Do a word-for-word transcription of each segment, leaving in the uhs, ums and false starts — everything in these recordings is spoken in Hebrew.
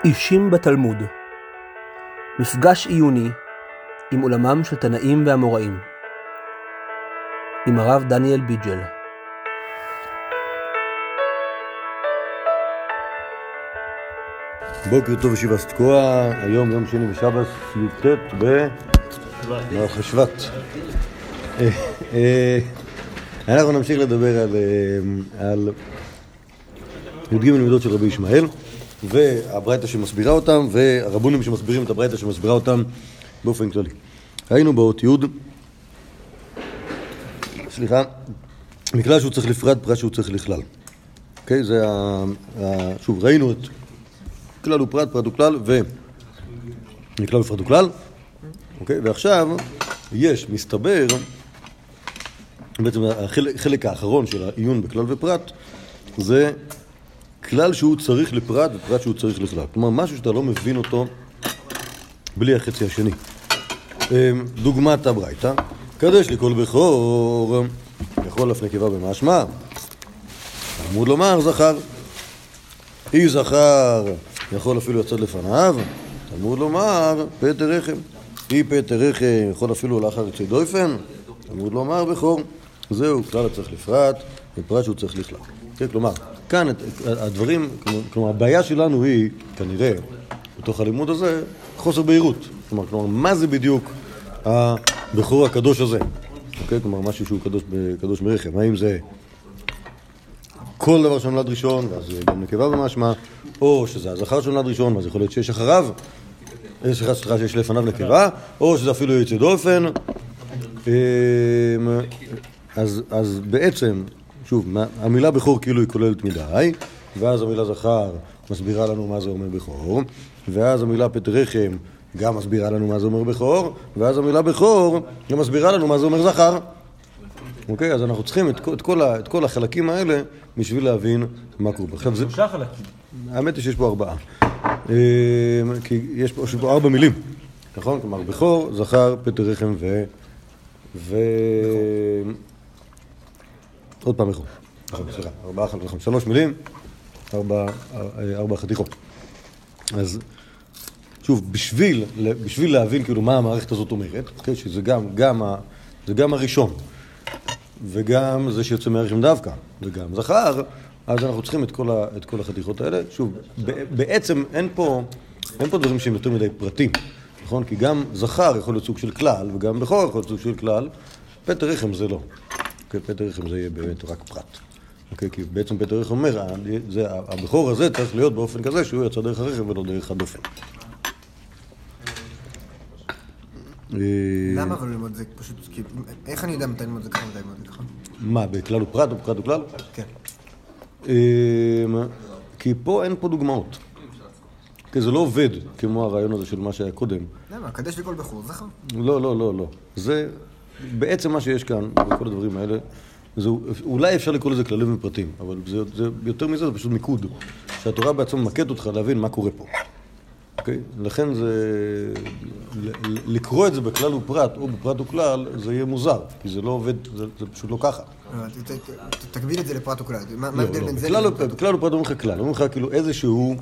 אישים בתלמוד. מפגש עיוני עם עולמם של תנאים ואמוראים. עם הרב דניאל ביג'ל. בוקר טוב ישיבה תקוע, היום יום שני ושבת י"ט במלך שבט. אנחנו נמשיך לדבר על על י"ג מידות של רבי ישמעאל והברייתא שמסבירה אותם והרבונים שמסבירים את הברייתא שמסבירה אותם באופן כללי. היינו באות י', סליחה, מכלל שהוא צריך לפרד, פרט שהוא צריך לכלל. אוקיי, זה ה... שוב, ראינו את כלל הוא פרט, פרט הוא כלל, וכלל הוא פרט הוא כלל. אוקיי, ועכשיו יש, מסתבר, בעצם החלק האחרון של העיון בכלל ופרט, זה כלל שהוא צריך לפרט ופרט שהוא צריך לכלל. כלומר, משהו שאתה לא מבין אותו בלי החצי השני. דוגמת הברייתא, קדש לכל בכור, יכול לפני נקבה במשמע. תלמוד לומר זכר. אי זכר יכול אפילו לצאת לפניו, תלמוד לומר פטר רחם. אי פטר רחם יכול אפילו לאחר יצא דופן, תלמוד לומר בכור. זהו כלל צריך לפרט ופרט שהוא צריך לכלל. כן, כלומר, כאן הדברים, כלומר, הבעיה שלנו היא, כנראה, בתוך הלימוד הזה, חוסר בהירות. כלומר, כלומר, מה זה בדיוק הבכור הקדוש הזה? אוקיי? כלומר, משהו שהוא קדוש, קדוש מרחם. האם זה כל דבר שנולד ראשון, ואז גם נקבה במשמע, או שזה הזכר שנולד ראשון, ואז יכול להיות שיש אחריו, יש אחד סליחה שיש לפניו נקבה, או שזה אפילו יצא דופן. אז, אז בעצם, שוב, המילה בכור כאילו היא כוללת מדי, ואז המילה זכר מסבירה לנו מה זה אומר בכור, ואז המילה פטר רחם גם מסבירה לנו מה זה אומר בכור, ואז המילה בכור גם מסבירה לנו מה זה אומר זכר. אוקיי, אז אנחנו צריכים את, את, כל, ה, את כל החלקים האלה בשביל להבין מה קורה. עכשיו זה... שלושה חלקים. האמת היא שיש פה ארבעה. כי יש פה, יש פה ארבע מילים, נכון? כלומר, בכור, זכר, פטר רחם ו... ו... עוד פעם בכור. סליחה, ארבעה חלקים, שלוש מילים, ארבע, ארבע חתיכות. אז שוב, בשביל, בשביל להבין כאילו מה המערכת הזאת אומרת, okay, שזה גם, גם, ה, זה גם הראשון, וגם זה שיוצא מהרחם דווקא, וגם זכר, אז אנחנו צריכים את כל, ה, את כל החתיכות האלה. שוב, בעצם אין פה, אין פה דברים שהם יותר מדי פרטים, נכון? כי גם זכר יכול להיות סוג של כלל, וגם בכור יכול להיות סוג של כלל, פטר רחם זה לא. Okay, פטר רחם זה יהיה באמת רק פרט. Okay, כי בעצם פטר רחם אומר, זה, הבכור הזה צריך להיות באופן כזה שהוא יצא דרך הרחם ולא דרך הדופן. למה אבל ללמוד זה פשוט, איך אני יודע מתי ללמוד זה ככה מתי ללמוד זה ככה? מה, בכלל הוא פרט או פרט הוא כלל? כן. כי פה אין פה דוגמאות. כי זה לא עובד כמו הרעיון הזה של מה שהיה קודם. למה? קדש לכל בכור, זכר? לא, לא, לא, לא. זה בעצם מה שיש כאן, בכל הדברים האלה, זה, אולי אפשר לקרוא לזה כללים ופרטים, אבל זה, זה, יותר מזה זה פשוט מיקוד, שהתורה בעצם ממקד אותך להבין מה קורה פה. אוקיי? לכן זה, לקרוא את זה בכלל ופרט או בפרט וכלל, זה יהיה מוזר, כי זה לא עובד, זה, זה פשוט לא ככה. תקביל את זה לפרט וכלל. מה ההבדל בין זה? בכלל ופרט אומר לך כלל, אומר לך כאילו איזשהו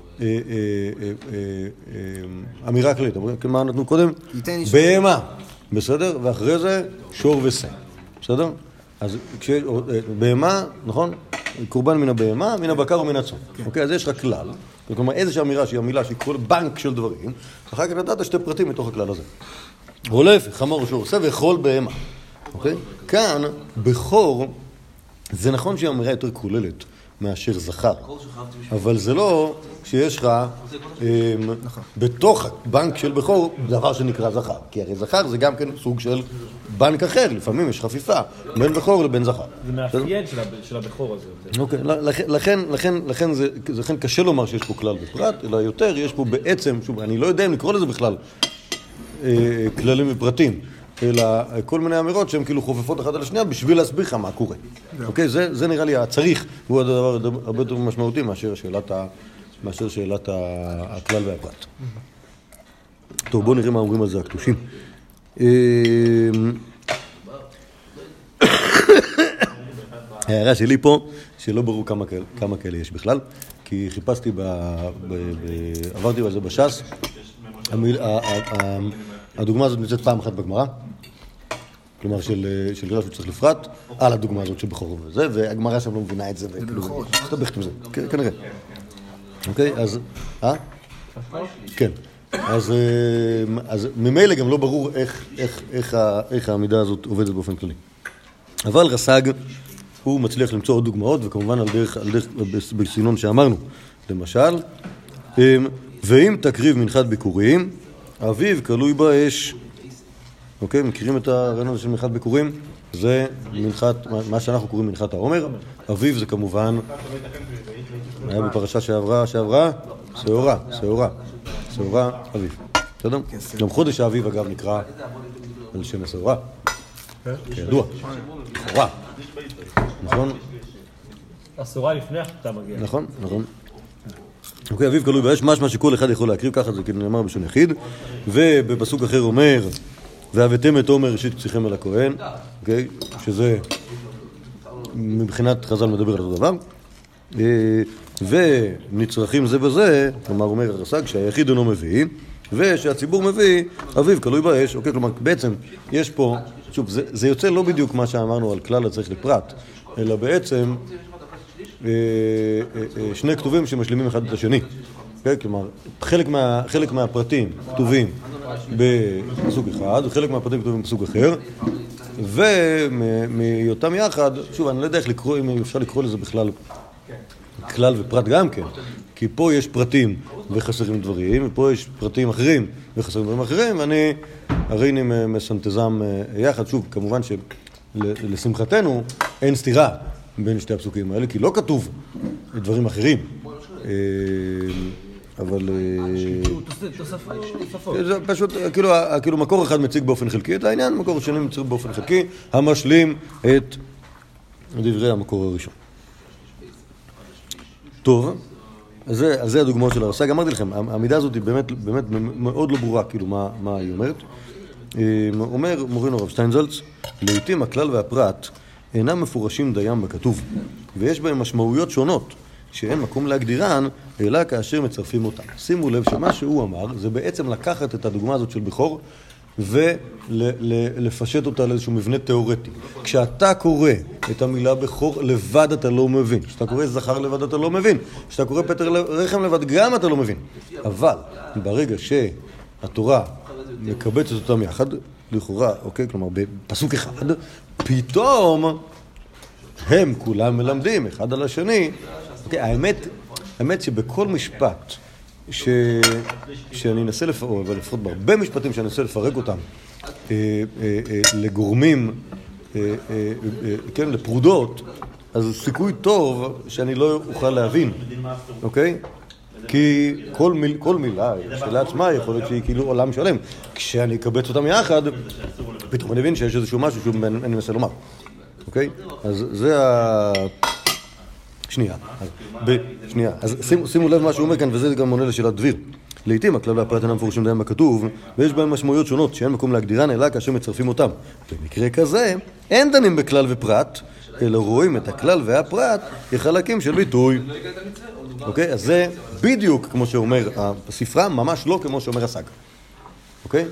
אמירה כללית. מה נתנו קודם? בהמה, בסדר? ואחרי זה שור ושא, בסדר? אז בהמה, נכון? קורבן מן הבהמה, מן הבקר ומן הצאן. אוקיי, אז יש לך כלל. כלומר, איזושהי אמירה שהיא אמירה שהיא כל בנק של דברים, אחר כך נתת שתי פרטים מתוך הכלל הזה. הולף, חמור, שור ושא וכל בהמה. אוקיי? כאן, בכור, זה נכון שהיא אמירה יותר כוללת מאשר זכר. אבל זה לא שיש לך בתוך בנק של בכור דבר שנקרא זכר. כי הרי זכר זה גם כן סוג של בנק אחר. לפעמים יש חפיפה בין בכור לבין זכר. זה מאפיין של הבכור הזה. אוקיי, לכן זה קשה לומר שיש פה כלל ופרט, אלא יותר יש פה בעצם, שוב, אני לא יודע אם לקרוא לזה בכלל כללים ופרטים, אלא כל מיני אמירות שהן כאילו חופפות אחת על השנייה בשביל להסביר לך מה קורה. אוקיי, זה נראה לי הצריך, הוא הדבר הרבה יותר משמעותי מאשר שאלת ה... מאשר שאלת הכלל והפרט. טוב, בואו נראה מה אומרים על זה הקדושים. ההערה שלי פה, שלא ברור כמה כאלה יש בכלל, כי חיפשתי, ב, ב, ב, עברתי על זה בש"ס, המיל, ה, ה, ה, הדוגמה הזאת נמצאת פעם אחת בגמרא, כלומר של, של גרש שצריך לפרט, על הדוגמה הזאת של בכור וזה, והגמרא שם לא מבינה את זה, וכאילו, מסתבכת עם זה, כנראה. אוקיי, אז, אה? כן. אז, אז ממילא גם לא ברור איך, איך, איך, איך העמידה הזאת עובדת באופן כללי. אבל רס"ג הוא מצליח למצוא עוד דוגמאות, וכמובן על דרך, על דרך, בסינון שאמרנו. למשל, ואם תקריב מנחת ביקורים, אביו כלוי באש. אוקיי, מכירים את הרעיון הזה של מנחת ביקורים? זה מנחת, מה שאנחנו קוראים מנחת העומר. אביו זה כמובן, היה בפרשה שעברה, שעברה, שעורה, שעורה. שעורה אביב, בסדר? גם חודש האביב אגב נקרא על שם השעורה, כידוע, שעורה, נכון? השעורה לפני אתה מגיע. נכון, נכון. אוקיי, אביב כלוי באש, משמע שכל אחד יכול להקריב, ככה זה נאמר בשון יחיד, ובפסוק אחר אומר, והבאתם את עומר ראשית פציכם אל הכהן, אוקיי, שזה מבחינת חז"ל מדבר על אותו דבר, ונצרכים זה בזה, כלומר אומר הרס"ג שהיחיד אינו מביא, ושהציבור מביא, אביו כלוי באש. אוקיי, כלומר בעצם יש פה, שוב, זה, זה יוצא לא בדיוק מה שאמרנו על כלל הצריך לפרט, אלא בעצם אה, אה, שני כתובים שמשלימים אחד את השני. אוקיי, כלומר חלק, מה, חלק מהפרטים כתובים בפסוק אחד, וחלק מהפרטים כתובים בפסוק אחר, ומאותם יחד, שוב, אני לא יודע איך לקרוא, אם אפשר לקרוא לזה בכלל כלל ופרט גם כן, כי פה יש פרטים וחסרים דברים, ופה יש פרטים אחרים וחסרים דברים אחרים, ואני הריני מסנטזם יחד. שוב, כמובן שלשמחתנו אין סתירה בין שתי הפסוקים האלה, כי לא כתוב דברים אחרים, אבל זה פשוט, כאילו מקור אחד מציג באופן חלקי את העניין, מקור שני מציג באופן חלקי, המשלים את דברי המקור הראשון. טוב, אז זה, אז זה הדוגמאות של הרס"ג. אמרתי לכם, העמידה הזאת היא באמת, באמת מאוד לא ברורה, כאילו מה, מה היא אומרת. אומר מורינו הרב שטיינזלץ, לעתים הכלל והפרט אינם מפורשים דיים בכתוב, ויש בהם משמעויות שונות, שאין מקום להגדירן, אלא כאשר מצרפים אותם. שימו לב שמה שהוא אמר, זה בעצם לקחת את הדוגמה הזאת של בכור, ולפשט אותה לאיזשהו מבנה תיאורטי. כשאתה קורא את המילה בכור לבד אתה לא מבין. כשאתה קורא זכר לבד אתה לא מבין. כשאתה קורא פטר רחם לבד גם אתה לא מבין. אבל ברגע שהתורה מקבצת אותם יחד, לכאורה, אוקיי, כלומר בפסוק אחד, פתאום הם כולם מלמדים אחד על השני. אוקיי, האמת, האמת שבכל משפט ש... שאני אנסה לפרק, ולפחות בהרבה משפטים שאני אנסה לפרק אותם אה, אה, אה, לגורמים, אה, אה, אה, כן, לפרודות, אז סיכוי טוב שאני לא אוכל להבין, אוקיי? כי כל, מיל, כל מילה שלעצמה יכול להיות שהיא כאילו עולם שלם. כשאני אקבץ אותם יחד, פתאום אני מבין שיש איזשהו משהו שאני מנסה לומר, אוקיי? אז זה ה... שנייה, אז, ב, שנייה, אז שימו, שימו לב מה שהוא אומר כאן, וזה גם עונה לשאלת דביר. לעתים הכלל והפרט אינם מפורשים דיים בכתוב, ויש בהם משמעויות שונות שאין מקום להגדירן אלא כאשר מצרפים אותם. במקרה כזה, אין דנים בכלל ופרט, אלא רואים את הכלל והפרט כחלקים של ביטוי. אוקיי? אז זה בדיוק כמו שאומר הספרה, ממש לא כמו שאומר הסג. אוקיי?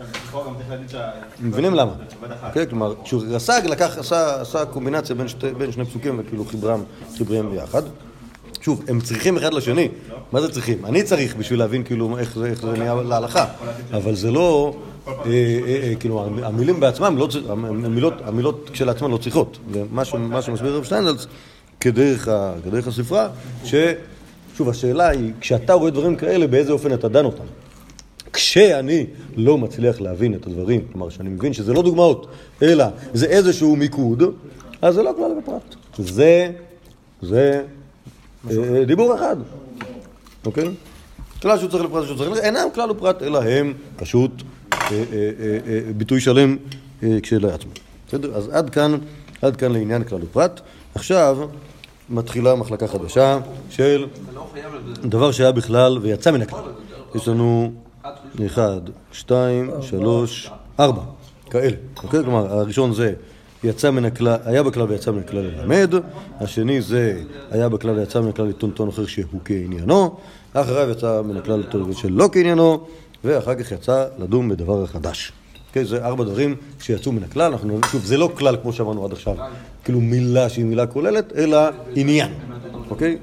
מבינים למה? אוקיי? כלומר, כשרס"ג לקח, עשה, עשה קומבינציה בין, שתי, בין שני פסוקים וכאילו חיברם, חיברם ביחד. שוב, הם צריכים אחד לשני. מה זה צריכים? אני צריך בשביל להבין כאילו איך זה, איך זה נהיה להלכה. אבל זה לא, אה, אה, אה, כאילו, המילים בעצמם לא צריכים, המילות, המילות כשלעצמן לא צריכות. ומה שמסביר הרב שטיינזלץ, כדרך, כדרך הספרה, ששוב, השאלה היא, כשאתה רואה דברים כאלה, באיזה אופן אתה דן אותם? כשאני לא מצליח להבין את הדברים, כלומר שאני מבין שזה לא דוגמאות, אלא זה איזשהו מיקוד, אז זה לא כלל ופרט. זה, זה אה, דיבור אחד, אוקיי? כלל שהוא צריך לפרט, שהוא צריך לפרט, אינם כלל ופרט, אלא הם פשוט אה, אה, אה, אה, ביטוי שלם אה, כשלעצמו. בסדר? אז עד כאן, עד כאן לעניין כלל ופרט. עכשיו מתחילה מחלקה חדשה של דבר שהיה בכלל ויצא מן הכלל. יש לנו אחד, שתיים, שלוש, ארבע, כאלה. אוקיי? כלומר, הראשון זה יצא מן הכלל, היה בכלל ויצא מן הכלל ללמד. השני זה היה בכלל ויצא מן הכלל לטעון טעון אחר שהוא כעניינו. אחריו יצא מן הכלל שלא כעניינו, ואחר כך יצא לדון בדבר החדש. אוקיי, זה ארבע דברים שיצאו מן הכלל. אנחנו, שוב, זה לא כלל כמו שאמרנו עד עכשיו, כאילו מילה שהיא מילה כוללת, אלא עניין. אוקיי?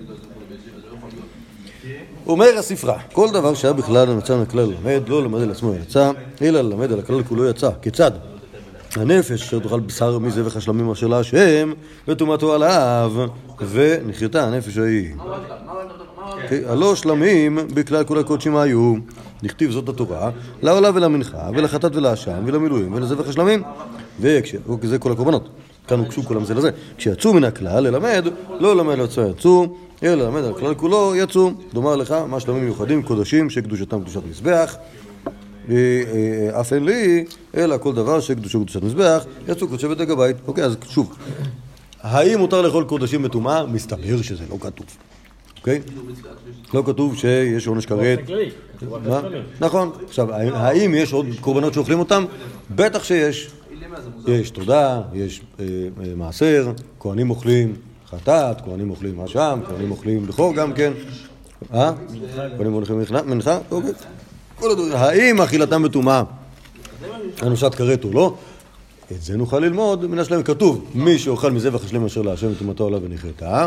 אומר הספרה, כל דבר שהיה בכלל יצא מן הכלל ללמד, לא למד על עצמו יצא, אלא ללמד על הכלל כולו יצא. כיצד? הנפש אשר תאכל בשר מזבח השלמים אשר להשם וטומאתו עליו, ונחייתה הנפש ההיא. הלא שלמים בכלל כל הקודשים היו, נכתיב זאת התורה, לעולה ולמנחה ולחטאת ולאשם ולמילואים ולזבח השלמים, וזה כל הקורבנות. כאן הוקשו כולם זה לזה. כשיצאו מן הכלל ללמד, לא ללמד לעצמו יצאו, אלא ללמד על הכלל כולו יצאו. דומר לך, מה שלמים מיוחדים קודשים שקדושתם קדושת מזבח, אף אין לי, אלא כל דבר שקדושו קדושת מזבח, יצאו קודשי בית הגבית. אוקיי, אז שוב, האם מותר לאכול קודשים בטומאה? מסתבר שזה לא כתוב. אוקיי? לא כתוב שיש עונש כרת. נכון. עכשיו, האם יש עוד קורבנות שאוכלים אותם? בטח שיש. יש תודה, יש מעשר, כהנים אוכלים חטאת, כהנים אוכלים אשם, כהנים אוכלים בכור גם כן. אה? כהנים אוכלים מנחה? אוקיי. כל הדברים. האם אכילתם בטומאה אנושת כרת או לא? את זה נוכל ללמוד מן השלם. כתוב, מי שאוכל מזבח השלם אשר להשם וטומאתו עליו ונחייתה.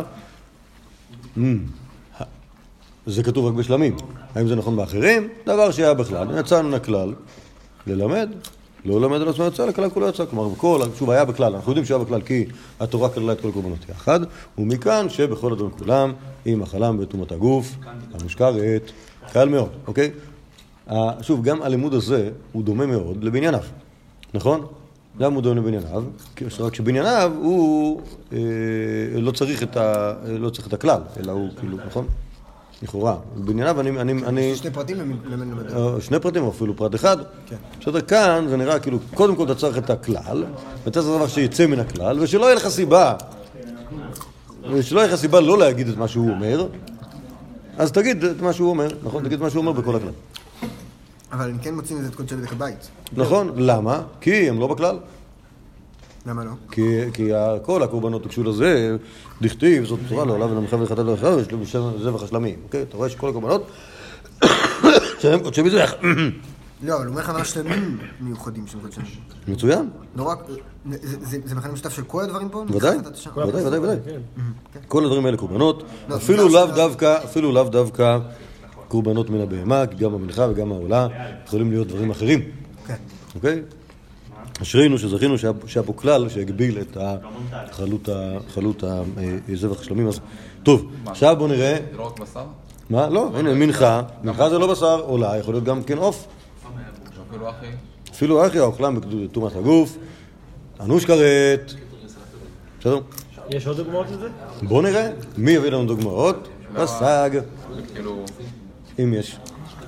זה כתוב רק בשלמים. האם זה נכון באחרים? דבר שהיה בכלל. יצאנו לכלל ללמד, לא ללמד על עצמו יצא, לכלל כולו יצא. כלומר, בכל, שוב, היה בכלל. אנחנו יודעים שהיה בכלל כי התורה כללה את כל קורבנות יחד, ומכאן שבכל הדברים כולם, אם אכלם בטומאת הגוף, המושכרת, קל מאוד, אוקיי? שוב, גם הלימוד הזה הוא דומה מאוד לבנייניו, נכון? למה הוא דומה לבנייניו? רק שבנייניו הוא אה, לא צריך את ה, לא צריך את הכלל, אלא הוא כאילו, נכון? לכאורה. בנייניו אני, אני, אני... שני פרטים למד למד. שני פרטים, או אפילו פרט אחד. כן. בסדר, כאן זה נראה כאילו, קודם כל אתה צריך את הכלל, ואתה צריך דבר שיצא מן הכלל, ושלא יהיה לך סיבה, ושלא יהיה לך סיבה לא להגיד את מה שהוא אומר, אז תגיד את מה שהוא אומר, נכון? תגיד את מה שהוא אומר בכל הכלל. אבל הם כן מוצאים את זה את קודשי בית הבית. נכון, למה? כי הם לא בכלל. למה לא? כי, כי כל הקורבנות הוקשו לזה, דכתיב, זאת תורה לעולה ולמנחה ולחטאת ולאחר, יש לו זבח השלמים. אוקיי? אתה רואה שכל הקורבנות שהם קודשי מזבח. לא, אבל הוא אומר לך מה שלמים מיוחדים שהם קודשי. מצוין. לא רק, זה מכנה משותף של כל הדברים פה? ודאי, ודאי, ודאי, ודאי. כל הדברים האלה קורבנות, אפילו לאו דווקא, אפילו לאו דווקא קורבנות מן הבהמה, כי גם המנחה וגם העולה יכולים להיות דברים אחרים. אוקיי? אשרינו שזכינו שהיה פה כלל שהגביל את חלות הזבח השלמים. אז טוב, עכשיו בואו נראה. זה לא רק בשר? מה? לא, הנה, מנחה. מנחה זה לא בשר, עולה, יכול להיות גם כן עוף. אפילו אחי? אפילו אחי, האוכלם בטומאת הגוף. אנוש כרת. בסדר? יש עוד דוגמאות לזה? בואו נראה. מי יביא לנו דוגמאות? בסג. כאילו... אם יש.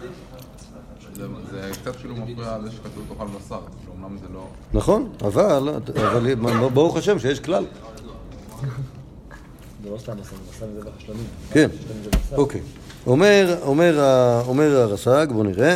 זה קצת כאילו מפריע על זה שכתוב תאכל בשר, שאומנם זה לא... נכון, אבל ברוך השם שיש כלל. זה לא סתם בשר, בשר זה זבח השלמים. כן, אוקיי. אומר הרס"ג, בואו נראה.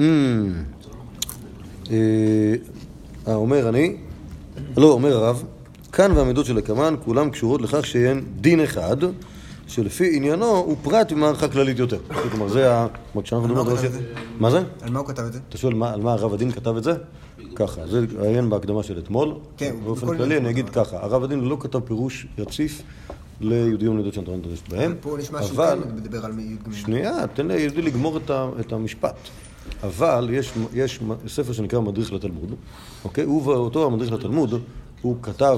אומר אני, לא, אומר הרב, כאן והמידות של הקמן כולם קשורות לכך שהן דין אחד, שלפי עניינו הוא פרט ממערכה כללית יותר. כלומר, זה ה... כשאנחנו מדברים על זה... מה זה? על מה הוא כתב את זה? אתה שואל על מה הרב הדין כתב את זה? ככה, זה עיין בהקדמה של אתמול. כן. באופן כללי אני אגיד ככה, הרב הדין לא כתב פירוש רציף ליהודים וליהודות שהתורה נדרשת בהם. פה נשמע שכן מדבר על יהודים. שנייה, תן ליהודי לגמור את המשפט. אבל יש ספר שנקרא מדריך לתלמוד, אוקיי? אותו המדריך לתלמוד, הוא כתב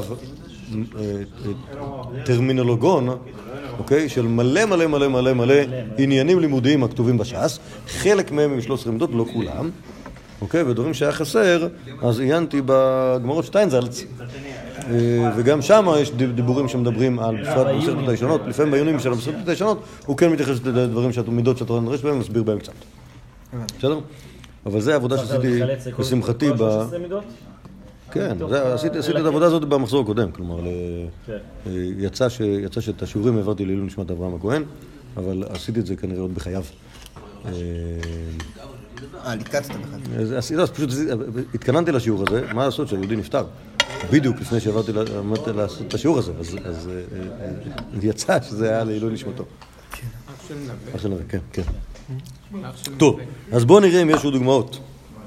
טרמינולוגון, אוקיי, של מלא מלא מלא מלא מלא עניינים לימודיים הכתובים בש"ס, חלק מהם עם שלוש עשרה מידות, לא כולם, אוקיי, ודברים שהיה חסר, אז עיינתי בגמרות שטיינזלץ, וגם שם יש דיבורים שמדברים על בפרט במסכתות הישנות, לפעמים בעיונים של המסכתות הישנות, הוא כן מתייחס לדברים מידות שהתורה נדרשת בהם, מסביר בהם קצת. בסדר? אבל זה העבודה שעשיתי בשמחתי ב... כן, עשיתי את העבודה הזאת במחזור הקודם, כלומר, יצא שאת השיעורים העברתי לעילוי נשמת אברהם הכהן, אבל עשיתי את זה כנראה עוד בחייו. אה, ליקצת בכלל. אז פשוט התכננתי לשיעור הזה, מה לעשות שהיהודי נפטר? בדיוק לפני שעברתי לעשות את השיעור הזה, אז יצא שזה היה לעילוי נשמתו. אח של נווה, כן, כן. טוב, אז בואו נראה אם יש עוד דוגמאות.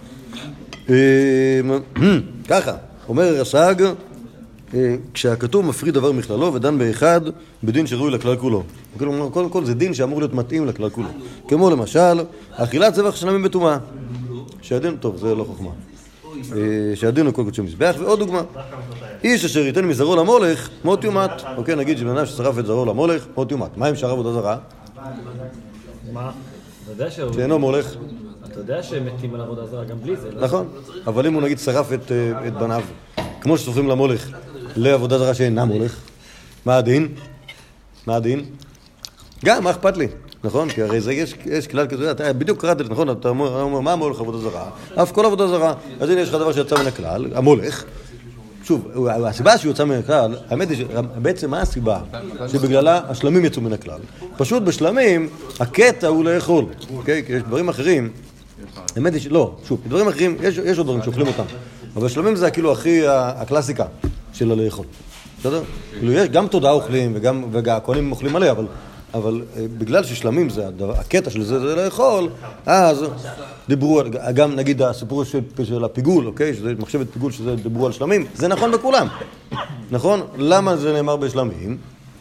ככה, אומר הרס"ג, כשהכתוב מפריד דבר מכללו ודן באחד בדין שראוי לכלל כולו. קודם כל זה דין שאמור להיות מתאים לכלל כולו. כמו למשל, אכילת זבח שלמים בטומאה. שהדין, טוב, זה לא חוכמה. שהדין הוא כל קודשי מזבח, ועוד דוגמה. איש אשר ייתן מזרעו למולך, מות יומת. אוקיי, נגיד שבן אדם ששרף את זרעו למולך, מות יומת. מה עם שאר עבודה זרה? מה? אתה יודע שהוא... שאינו מולך. אתה יודע שהם מתים על עבודה זרה גם בלי זה, לא? נכון, אבל אם הוא נגיד שרף את, את בניו, כמו ששורפים למולך, לעבודה זרה שאינה מולך, מה הדין? מה הדין? גם, מה אכפת לי? נכון? כי הרי זה יש, יש כלל כזה, אתה בדיוק קראת את זה, נכון? אתה אומר, מה המולך עבודה זרה? אף כל עבודה זרה. אז הנה יש לך דבר שיצא מן הכלל, המולך. שוב, הסיבה שהוא יוצא מן הכלל, האמת היא שבעצם מה הסיבה שבגללה השלמים יצאו מן הכלל? פשוט בשלמים, הקטע הוא לאכול, אוקיי? כי יש דברים אחרים, האמת היא שלא, שוב, דברים אחרים, יש, יש עוד דברים שאוכלים אותם, אבל שלמים זה כאילו הכי הקלאסיקה של הלאכול, בסדר? כאילו יש גם תודעה אוכלים וגם, והכהנים אוכלים מלא, אבל, אבל בגלל ששלמים זה הדבר, הקטע של זה זה לאכול, אז דיברו, גם נגיד הסיפור של, של הפיגול, אוקיי? שזה מחשבת פיגול שזה דיברו על שלמים, זה נכון בכולם, נכון? למה זה נאמר בשלמים?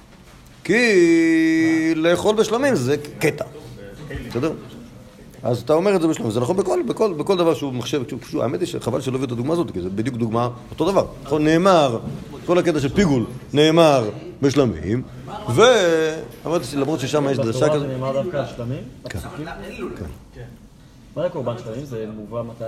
כי לאכול בשלמים זה קטע, בסדר? אז אתה אומר את זה בשלמים, זה נכון בכל, בכל, בכל דבר שהוא מחשב, שהוא, האמת היא שחבל שלא הביא את הדוגמה הזאת, כי זה בדיוק דוגמה, אותו דבר, נכון? נאמר, כל הקטע של פיגול נאמר בשלמים, ואמרתי למרות ששם יש דרשה כזאת. בתורה זה נאמר דווקא על שלמים? כן. מה זה קורבן שלמים? זה מובא מתי?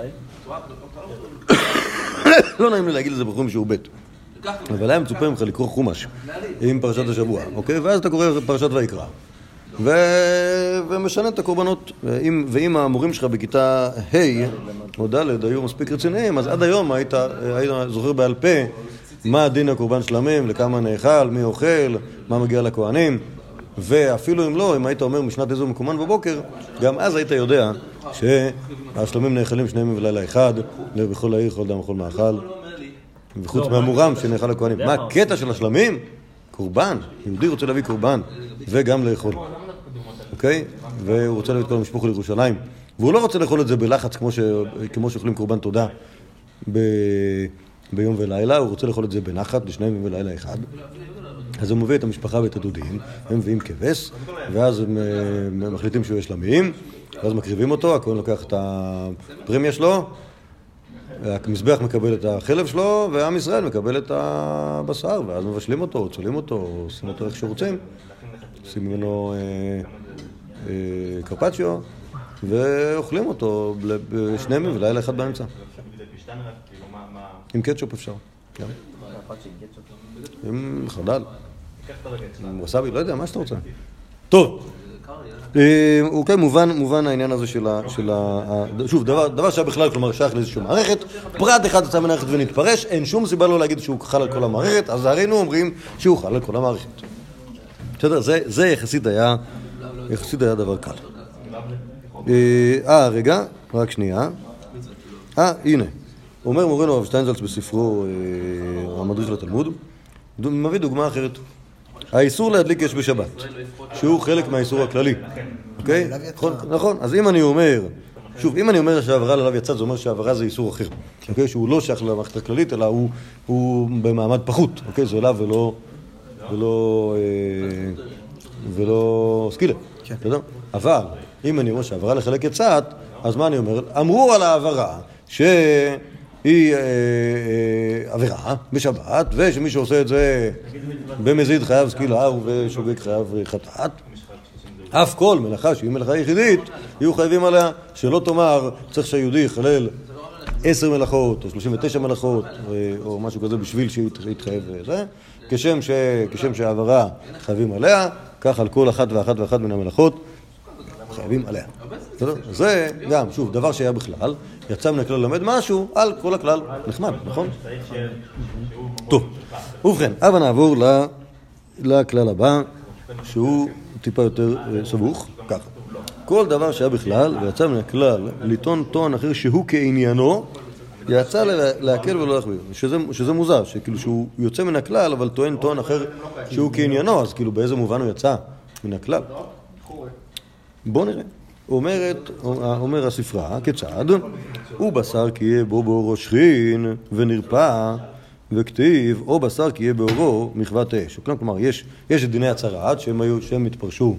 לא נעים לי להגיד לזה בחורים שהוא בית. אבל היה מצופה ממך לקרוא חומש עם פרשת השבוע, אוקיי? ואז אתה קורא פרשת ויקרא. ומשנה את הקורבנות. ואם המורים שלך בכיתה ה' או ד' היו מספיק רציניים, אז עד היום היית זוכר בעל פה מה הדין הקורבן שלמים, לכמה נאכל, מי אוכל, מה מגיע לכהנים. ואפילו אם לא, אם היית אומר משנת איזו מקומן בבוקר, גם אז היית יודע שהשלמים נאכלים שני ימים ולילה אחד, ובכל העיר כל דם וכל מאכל, וחוץ מהמורם שנאכל לכהנים. מה הקטע של השלמים? קורבן. יהודי רוצה להביא קורבן, וגם לאכול. אוקיי? והוא רוצה להביא את כל המשפחה לירושלים. והוא לא רוצה לאכול את זה בלחץ כמו, ש... כמו שאוכלים קורבן תודה ב... ביום ולילה, הוא רוצה לאכול את זה בנחת, בשני ימים ולילה אחד. אז הוא מביא את המשפחה ואת הדודים, הם מביאים כבש, ואז הם מחליטים שהוא יש שלמים, ואז מקריבים אותו, הכהן לוקח את הפרמיה שלו, המזבח מקבל את החלב שלו, ועם ישראל מקבל את הבשר, ואז מבשלים אותו, או צולים אותו, או עושים אותו איך שרוצים, עושים ממנו אה, אה, קרפצ'יו, ואוכלים אותו בשני ימים ולילה אחד באמצע. עם קטשופ אפשר, כן. עם חדל, עם וסאבי, לא יודע, מה שאתה רוצה. טוב, אוקיי, מובן, מובן העניין הזה של ה... שוב, דבר שהיה בכלל, כלומר, שייך לאיזושהי מערכת, פרט אחד יצא מנהרכת ונתפרש, אין שום סיבה לא להגיד שהוא חל על כל המערכת, אז הרינו אומרים שהוא חל על כל המערכת. בסדר, זה יחסית היה, יחסית היה דבר קל. אה, רגע, רק שנייה. אה, הנה. אומר מורנו הרב שטיינזלץ בספרו המדריך לתלמוד, מביא דוגמה אחרת. האיסור להדליק אש בשבת, שהוא חלק מהאיסור הכללי. אוקיי? נכון. אז אם אני אומר, שוב, אם אני אומר שהעברה ללאו יצא, זה אומר שהעברה זה איסור אחר. אוקיי? שהוא לא שייך למערכת הכללית, אלא הוא במעמד פחות. אוקיי? זה אליו ולא... ולא... ולא... סקילה. בסדר? אבל, אם אני אומר שהעברה לחלק יצאת, אז מה אני אומר? אמרו על העברה ש... היא עבירה בשבת, ושמי שעושה את זה במזיד חייב סקילה ובשוגג חייב חטאת. אף כל מלאכה שהיא מלאכה יחידית, יהיו חייבים עליה, שלא תאמר צריך שהיהודי יחלל עשר מלאכות או שלושים ותשע מלאכות או משהו כזה בשביל שיתחייב זה. כשם, ש... כשם שהעברה חייבים עליה, כך על כל אחת ואחת ואחת מן המלאכות חייבים עליה. זה גם, שוב, דבר שהיה בכלל, יצא מן הכלל למד משהו על כל הכלל. נחמד, נכון? טוב, ובכן, אבל נעבור לכלל הבא, שהוא טיפה יותר סבוך, ככה. כל דבר שהיה בכלל, ויצא מן הכלל לטעון טוען אחר שהוא כעניינו, יצא להקל ולא להחמיר, שזה, שזה מוזר, שכאילו שהוא יוצא מן הכלל, אבל טוען טוען אחר שהוא כעניינו, אז כאילו באיזה מובן הוא יצא מן הכלל? בוא נראה. אומרת, אומר הספרה, כיצד? הוא בשר כי יהיה בו באורו שכין ונרפא, וכתיב, או בשר כי יהיה באורו מחוות אש. כלומר, יש, יש את דיני הצרעת שהם, היו, שהם התפרשו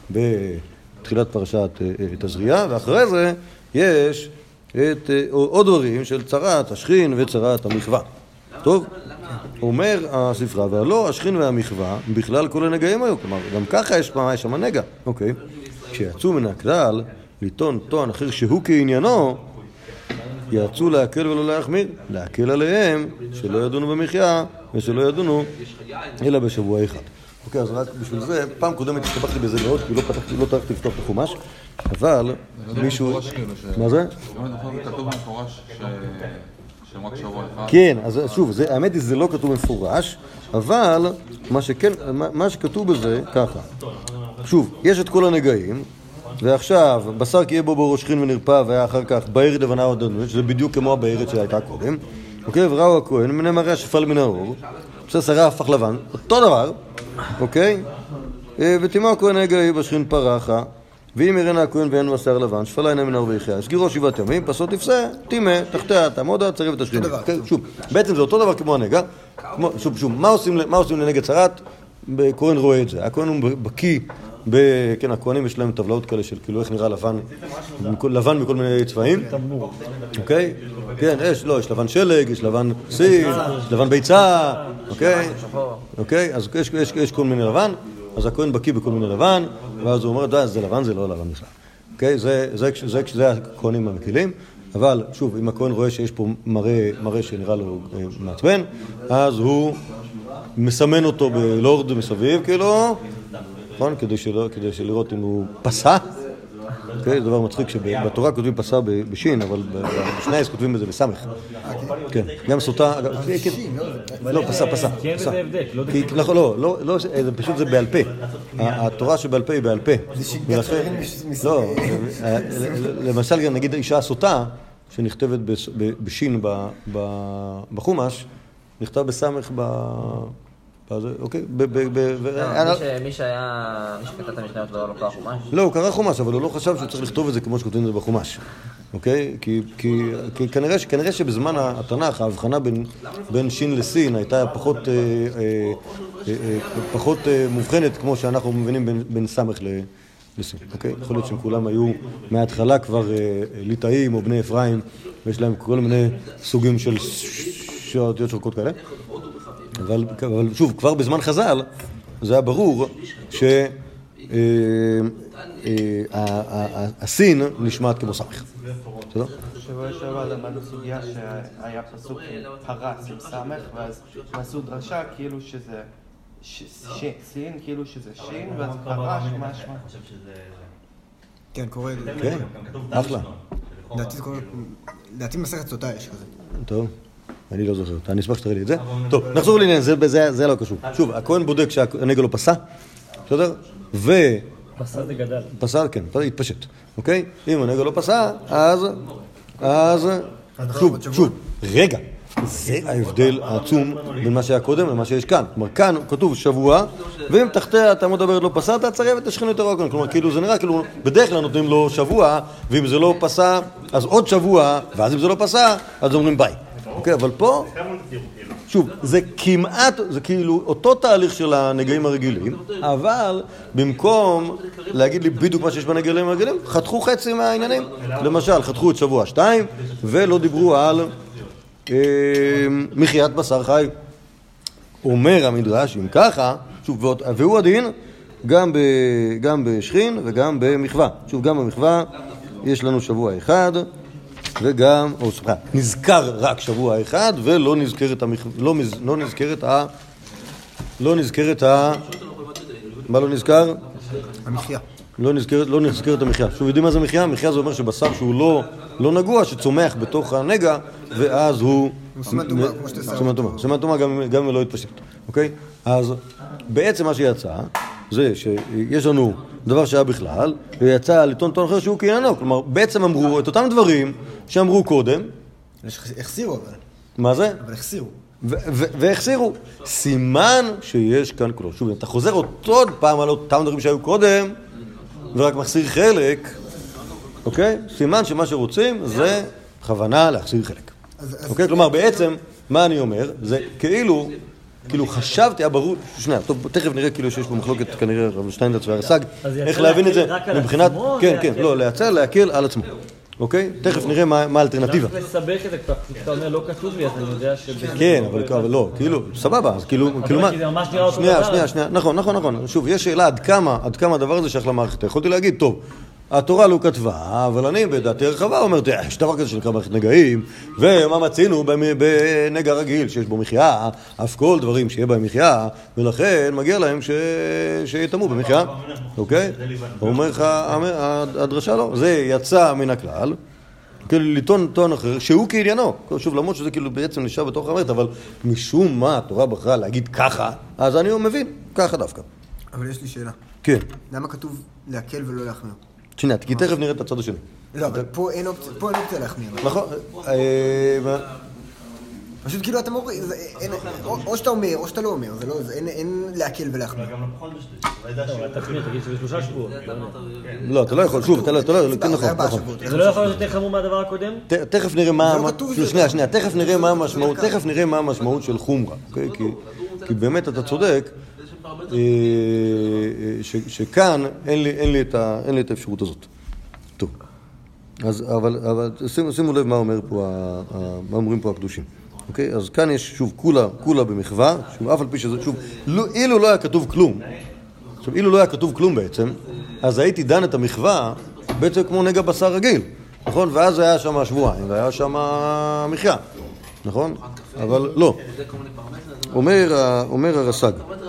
בתחילת פרשת תזריע, ואחרי זה יש את עוד דברים של צרעת השכין וצרעת המחווה. טוב? אומר הספרה, והלא השכין והמחווה בכלל כל הנגעים היו. כלומר, גם ככה יש פעם, יש שם נגע. אוקיי. כשיצאו מן הכלל לטעון טוען אחר שהוא כעניינו, יצאו להקל ולא להחמיר, להקל עליהם שלא ידונו במחיה ושלא ידונו אלא בשבוע אחד. אוקיי, אז רק בשביל זה, פעם קודמת הסתבכתי בזה מאוד, כי לא פתחתי, לא טרחתי לפתוח את החומש, אבל מישהו... מה זה? כתוב במפורש שהם רק שבוע אחד. כן, אז שוב, האמת היא שזה לא כתוב במפורש, אבל מה שכן, מה שכתוב בזה, ככה. שוב, יש את כל הנגעים, ועכשיו, בשר כי יהיה בו באורו שכין ונרפא, ואחר כך בארת לבנה עוד דנות, שזה בדיוק כמו הבארת שהייתה קודם. אוקיי, וראו הכהן, מן המראה שפל מן האור, ששרה הפך לבן, אותו דבר, אוקיי? ותימה הכהן נגעי בשכין פרחה, ואם ירנה הכהן ואין בשר לבן, שפלה אינה מן האור ויחיה. סגירו שבעת ימים, פסות תפסה, תימה, תחתיה, תעמודה, צרב את השכין. שוב, בעצם זה אותו דבר כמו הנגע. שוב, שוב, מה עושים לנגע צרת? הכהן רואה את זה. הכהן הוא בקיא, כן, הכהנים יש להם טבלאות כאלה של כאילו איך נראה לבן, לבן מכל מיני צבעים. אוקיי? כן, יש, לא, יש לבן שלג, יש לבן סין, יש לבן ביצה, אוקיי? אוקיי? אז יש, יש, יש כל מיני לבן, אז הכהן בקיא בכל מיני לבן, ואז הוא אומר, די, זה לבן, זה לא לבן בכלל. אוקיי? זה, זה, זה, זה הכהנים המקילים, אבל שוב, אם הכהן רואה שיש פה מראה, מראה שנראה לו מעצבן, אז הוא מסמן אותו בלורד מסביב, כאילו, נכון? כדי שלא, כדי שלראות אם הוא פסה. אוקיי, זה דבר מצחיק שבתורה כותבים פסה בשין, אבל בשנייס כותבים את זה בסמך. כן, גם סוטה, לא, פסה, פסה. כי אין בזה הבדל, לא, לא, לא, זה פשוט זה בעל פה. התורה שבעל פה היא בעל פה. לא, למשל, נגיד אישה סוטה, שנכתבת בשין בחומש, נכתב בסמך ב... אוקיי, מי שהיה, מי שכתב את המשניות ולא לא קרא חומש? לא, הוא קרא חומש, אבל הוא לא חשב שהוא צריך לכתוב את זה כמו שכותבים את זה בחומש. אוקיי? כי כנראה שבזמן התנ"ך ההבחנה בין שין לסין הייתה פחות מובחנת כמו שאנחנו מבינים בין סמך לסין. אוקיי? יכול להיות שהם כולם היו מההתחלה כבר ליטאים או בני אפרים, ויש להם כל מיני סוגים של אותיות שורקות כאלה. אבל, אבל שוב, כבר בזמן חז"ל, זה היה ברור שהסין נשמעת כמו סמך. בסדר? שבוע שעבר למדנו סוגיה שהיה פסוק פרס עם סמך, ואז עשו דרשה כאילו שזה סין, כאילו שזה שין, ואז פרש משמע. כן, קורא את זה. כן, אחלה. לדעתי מסכת סוטה יש כזה. טוב. אני לא זוכר, אני אשמח שתראה לי את זה. טוב, נחזור לעניין, זה לא קשור. שוב, הכהן בודק שהנגע לא פסה, בסדר? ו... פסה זה גדל. פסה, כן, התפשט, אוקיי? אם הנגע לא פסה, אז... אז... שוב, שוב, רגע. זה ההבדל העצום בין מה שהיה קודם למה שיש כאן. כלומר, כאן כתוב שבוע, ואם תחתיה תעמוד הבארת לא פסה, אתה צרב את השכין יותר רוקן. כלומר, כאילו זה נראה, כאילו, בדרך כלל נותנים לו שבוע, ואם זה לא פסה, אז עוד שבוע, ואז אם זה לא פסה, אז אומרים ביי. אוקיי, אבל פה, שוב, זה כמעט, זה כאילו אותו תהליך של הנגעים הרגילים, אבל במקום להגיד לי בדיוק מה שיש בנגעים הרגילים, חתכו חצי מהעניינים. למשל, חתכו את שבוע שתיים, ולא דיברו על מחיית בשר חי. אומר המדרש, אם ככה, שוב, והוא הדין גם בשכין וגם במחווה. שוב, גם במחווה יש לנו שבוע אחד, וגם, או סליחה, נזכר רק שבוע אחד, ולא נזכרת המחווה, לא, לא נזכרת ה... לא נזכרת ה... מה לא נזכר? המחיה. לא נזכרת, לא נזכרת המחיה. שוב, יודעים מה זה מחיה? מחיה זה אומר שבשר שהוא לא, לא נגוע, שצומח בתוך הנגע, ואז הוא... הוא סימן תומה, כמו שאתה שר. סימן תומה. סימן תומה גם, גם לא התפשט. אוקיי? אז בעצם מה שיצא, זה שיש לנו דבר שהיה בכלל, ויצא לטעון טעון אחר שהוא כעניינו. כלומר, בעצם אמרו את אותם דברים שאמרו קודם, החסירו אבל. מה זה? אבל החסירו. והחסירו. סימן שיש כאן כולו. שוב, אתה חוזר עוד פעם על אותם דברים שהיו קודם, ורק מחסיר חלק, אוקיי? סימן שמה שרוצים זה בכוונה להחסיר חלק. אוקיי? כלומר, בעצם, מה אני אומר? זה כאילו, כאילו חשבתי, היה ברור, שנייה, טוב, תכף נראה כאילו שיש פה מחלוקת כנראה רב שטיינזלץ והרס"ג, איך להבין את זה מבחינת, כן, כן, לא, להצל, להקל על עצמו. אוקיי? תכף נראה מה האלטרנטיבה. רק לסבך את זה, אתה אומר לא כתוב לי, אז אני יודע ש... כן, אבל לא, כאילו, סבבה, אז כאילו, כאילו מה... זה ממש נראה אותו שנייה, דבר. שנייה, שנייה, נכון, נכון, נכון. שוב, יש שאלה עד כמה, עד כמה הדבר הזה שייך למערכת. יכולתי להגיד, טוב, התורה לא כתבה, אבל אני בדעתי הרחבה אומרת, יש דבר כזה שנקרא מערכת נגעים, ומה מצינו בנגע רגיל שיש בו מחיה, אף כל דברים שיהיה בהם מחיה, ולכן מגיע להם שיתאמו במחיה, אוקיי? הוא אומר לך, הדרשה לא, זה יצא מן הכלל, כאילו לטעון טוען אחר, שהוא כעניינו, שוב, למרות שזה כאילו בעצם נשאר בתוך המערכת, אבל משום מה התורה בחרה להגיד ככה, אז אני מבין, ככה דווקא. אבל יש לי שאלה. כן. למה כתוב להקל ולא להחמיר? שנייה, כי תכף נראה את הצד השני. לא, אבל פה אין אופציה להחמיר. נכון. פשוט כאילו אתה מוריד, או שאתה אומר, או שאתה לא אומר, אין להקל ולהחמיר. תגיד שזה שלושה שבועות. לא, אתה לא יכול, שוב, אתה לא, אתה לא, נכון, נכון. זה לא יכול להיות יותר חמור מהדבר הקודם? תכף נראה מה, שנייה, שנייה, תכף נראה מה המשמעות, תכף נראה מה המשמעות של חומרה, כי באמת אתה צודק, שכאן אין לי את האפשרות הזאת. טוב, אבל שימו לב מה אומרים פה הקדושים. אוקיי? אז כאן יש שוב כולה, כולה במחווה, שוב, אף על פי שזה, שוב, אילו לא היה כתוב כלום, עכשיו, אילו לא היה כתוב כלום בעצם, אז הייתי דן את המחווה בעצם כמו נגע בשר רגיל, נכון? ואז היה שם שבועיים, והיה שם מחיה, נכון? אבל לא. אומר, אומר הרס"ג,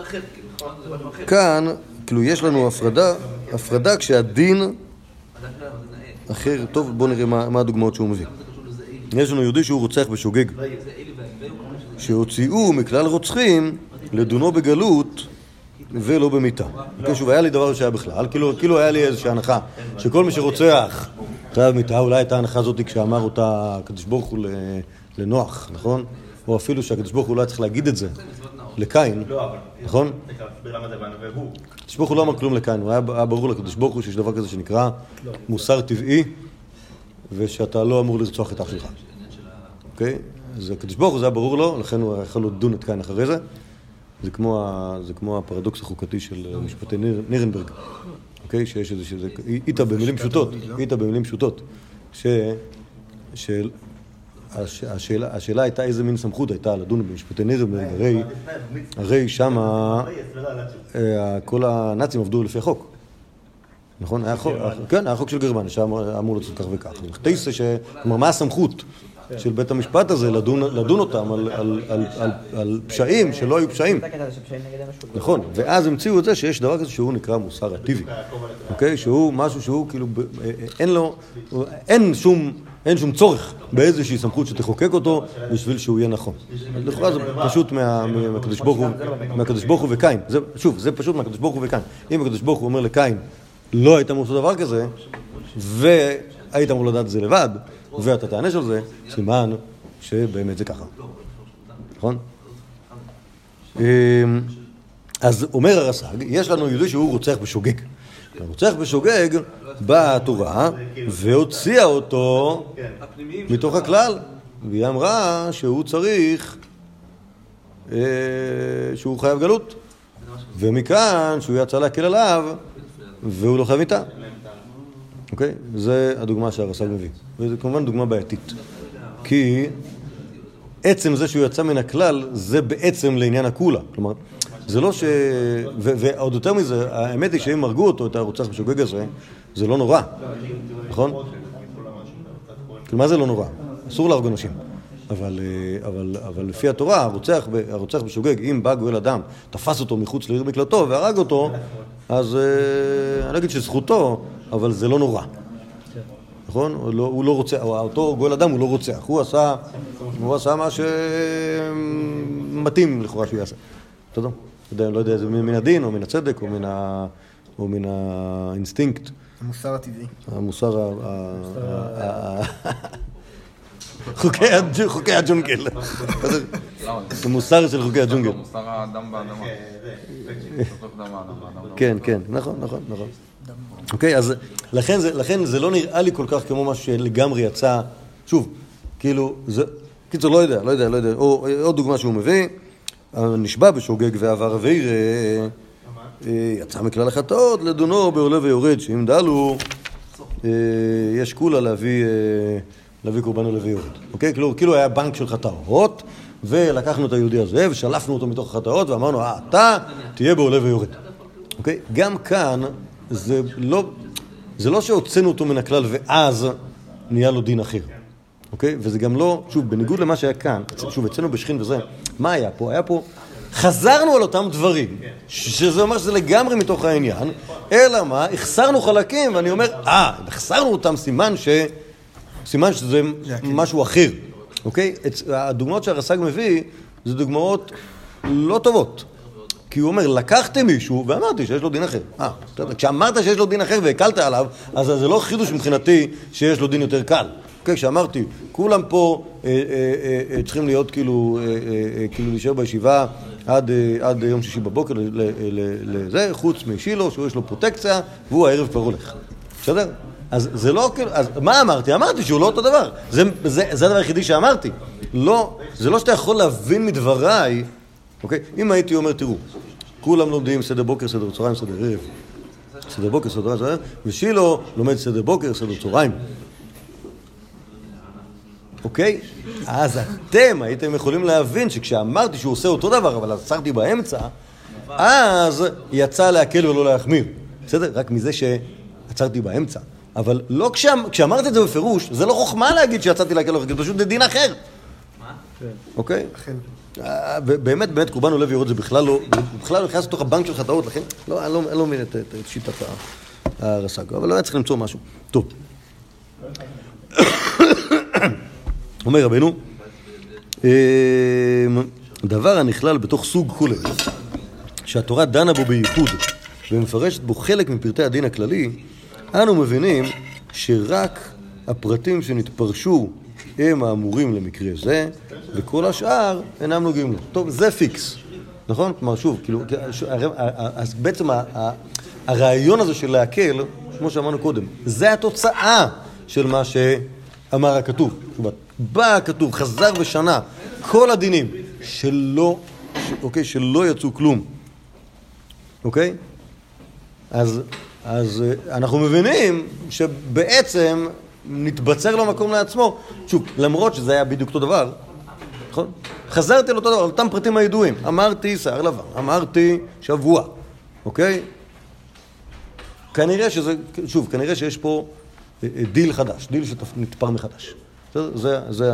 כאן, כאילו, יש לנו הפרדה, הפרדה כשהדין אחר, טוב, בואו נראה מה, מה הדוגמאות שהוא מביא. יש לנו יהודי שהוא רוצח בשוגג, שהוציאו מכלל רוצחים לדונו בגלות ולא במיטה. שוב, היה לי דבר שהיה בכלל, כאילו, כאילו היה לי איזושהי הנחה שכל מי שרוצח חייב מיטה, אולי הייתה ההנחה הזאת כשאמר אותה הקדוש ברוך הוא לנוח, נכון? או אפילו שהקדוש ברוך הוא לא היה צריך להגיד את זה לקין, נכון? הקדוש ברוך הוא לא אמר כלום לקין, הוא היה ברור לקדוש ברוך הוא שיש דבר כזה שנקרא מוסר טבעי, ושאתה לא אמור לרצוח את אח שלך. אוקיי? אז הקדוש ברוך הוא זה היה ברור לו, לכן הוא יכול לדון את קין אחרי זה. זה כמו, זה כמו הפרדוקס החוקתי של משפטי נירנברג. אוקיי? שיש איזה שזה, איתה במילים פשוטות, איתה במילים פשוטות. ש, של, השאלה, השאלה הייתה איזה מין סמכות הייתה לדון במשפטי נירנברג, הרי, הרי שמה כל הנאצים עבדו לפי החוק. נכון? היה חוק, כן, היה חוק של גרמניה שאמור לעשות כך וכך. תייסה ש... כלומר, מה הסמכות של בית המשפט הזה לדון אותם על פשעים שלא היו פשעים? נכון, ואז המציאו את זה שיש דבר כזה שהוא נקרא מוסר הטבעי. אוקיי? שהוא משהו שהוא כאילו, אין לו, אין שום, אין שום צורך באיזושהי סמכות שתחוקק אותו בשביל שהוא יהיה נכון. לכאורה זה פשוט מהקדוש ברוך הוא, מהקדוש ברוך הוא וקין. שוב, זה פשוט מהקדוש ברוך הוא וקין. אם הקדוש ברוך הוא אומר לקין, לא היית אמור לעשות דבר כזה, והיית אמור לדעת את זה לבד, ואתה תענש על זה, סימן שבאמת זה ככה. נכון? אז אומר הרס"ג, יש לנו יהודי שהוא רוצח בשוגג. הרוצח בשוגג באה התורה והוציאה אותו מתוך הכלל, והיא אמרה שהוא צריך, שהוא חייב גלות, ומכאן שהוא יצא להקל עליו, והוא לא חייב מיטה. אוקיי? זה הדוגמה שהרס"ג מביא. וזו כמובן דוגמה בעייתית. כי עצם זה שהוא יצא מן הכלל, זה בעצם לעניין הכולה. כלומר, זה לא ש... ו- ועוד יותר מזה, האמת היא שהם הרגו אותו, את הרוצח בשוגג הזה, זה לא נורא. נכון? כלומר, זה לא נורא. אסור להרוג אנשים. אבל, אבל, אבל לפי התורה, הרוצח, הרוצח בשוגג, אם בא גואל אדם, תפס אותו מחוץ לעיר מקלטו והרג אותו, אז אני לא אגיד שזכותו, אבל זה לא נורא. נכון? הוא לא, הוא לא רוצח, אותו גואל אדם הוא לא רוצח. הוא עשה, הוא עשה מה שמתאים לכאורה שהוא יעשה. תודה. לא יודע, זה מן הדין או מן הצדק או מן, ה, או מן האינסטינקט. המוסר הטבעי. המוסר ה... חוקי הג'ונגל. זה מוסר של חוקי הג'ונגל. מוסר האדם באדמה. כן, כן, נכון, נכון, נכון. אוקיי, אז לכן זה לא נראה לי כל כך כמו מה שלגמרי יצא, שוב, כאילו, קיצור, לא יודע, לא יודע, לא יודע, או עוד דוגמה שהוא מביא, נשבע בשוגג ועבר עביר, יצא מכלל החטאות לדונו בעולה ויורד, שאם דלו, יש כולה להביא, להביא קורבן עולה ויורד. אוקיי? כאילו, כאילו היה בנק של חטאות, ולקחנו את היהודי הזה ושלפנו אותו מתוך החטאות ואמרנו, אה, אתה תהיה בעולה ויורד. אוקיי? גם כאן זה לא, זה לא שהוצאנו אותו מן הכלל ואז נהיה לו דין אחר. אוקיי? וזה גם לא, שוב, בניגוד למה שהיה כאן, שוב, אצלנו בשכין וזה, מה היה פה? היה פה, חזרנו על אותם דברים, שזה אומר שזה לגמרי מתוך העניין, אלא מה? החסרנו חלקים, ואני אומר, אה, החסרנו אותם, סימן ש... סימן שזה משהו אחר. אוקיי? הדוגמאות שהרס"ג מביא, זה דוגמאות לא טובות. כי הוא אומר, לקחתי מישהו ואמרתי שיש לו דין אחר. אה, כשאמרת שיש לו דין אחר והקלת עליו, אז זה לא חידוש מבחינתי שיש לו דין יותר קל. אוקיי, כשאמרתי, כולם פה אה, אה, אה, צריכים להיות כאילו, אה, אה, כאילו להישאר בישיבה עד, אה, עד יום שישי בבוקר לזה, חוץ משילו, שהוא יש לו פרוטקציה, והוא הערב כבר הולך. בסדר? אז זה לא כאילו, אז מה אמרתי? אמרתי שהוא לא אותו דבר. זה, זה, זה הדבר היחידי שאמרתי. לא, זה לא שאתה יכול להבין מדבריי, אוקיי? אם הייתי אומר, תראו, כולם לומדים סדר בוקר, סדר צהריים, סדר ערב. סדר בוקר, סדר ערב, ושילו לומד סדר בוקר, סדר צהריים. אוקיי? אז אתם הייתם יכולים להבין שכשאמרתי שהוא עושה אותו דבר, אבל עצרתי באמצע, אז יצא להקל ולא להחמיר. בסדר? רק מזה שעצרתי באמצע. אבל לא כשאמרתי את זה בפירוש, זה לא חוכמה להגיד שיצאתי להקל ולא להחמיר, פשוט זה דין אחר. אוקיי? באמת, באמת, קורבן עולה ויורד זה בכלל לא, בכלל לא נכנס לתוך הבנק של חטאות, לכן לא, אני לא מבין את שיטת הרס"ג, אבל לא היה צריך למצוא משהו. טוב. אומר רבנו, דבר הנכלל בתוך סוג כולל, שהתורה דנה בו בייחוד ומפרשת בו חלק מפרטי הדין הכללי, אנו מבינים שרק הפרטים שנתפרשו הם האמורים למקרה זה, וכל השאר אינם נוגעים לו. טוב, זה פיקס, נכון? כלומר, שוב, כאילו, אז בעצם הרעיון הזה של להקל, כמו שאמרנו קודם, זה התוצאה של מה שאמר הכתוב. בא הכתוב, חזר ושנה, כל הדינים שלא, אוקיי, שלא יצאו כלום. אוקיי? אז, אז אנחנו מבינים שבעצם נתבצר לו מקום לעצמו. שוב, למרות שזה היה בדיוק אותו דבר, נכון? חזרתי על אותו דבר, על אותם פרטים הידועים. אמרתי שיער לבן, אמרתי שבוע, אוקיי? כנראה שזה, שוב, כנראה שיש פה דיל חדש, דיל שנתפר מחדש. זה, זה, זה,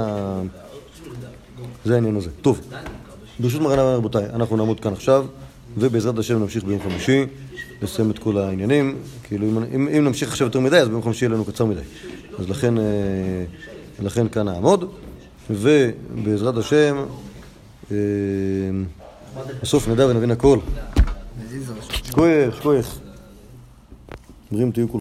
זה העניין הזה. טוב, ברשות מרנה ורבותיי, אנחנו נעמוד כאן עכשיו, ובעזרת השם נמשיך ביום חמישי, לסיים את כל העניינים. כאילו, אם, אם, אם נמשיך עכשיו יותר מדי, אז ביום חמישי יהיה לנו קצר מדי. אז לכן, לכן כאן נעמוד, ובעזרת השם, בסוף נדע ונבין הכל. שכוייך, שכוייך. בריאים תהיו כולכם.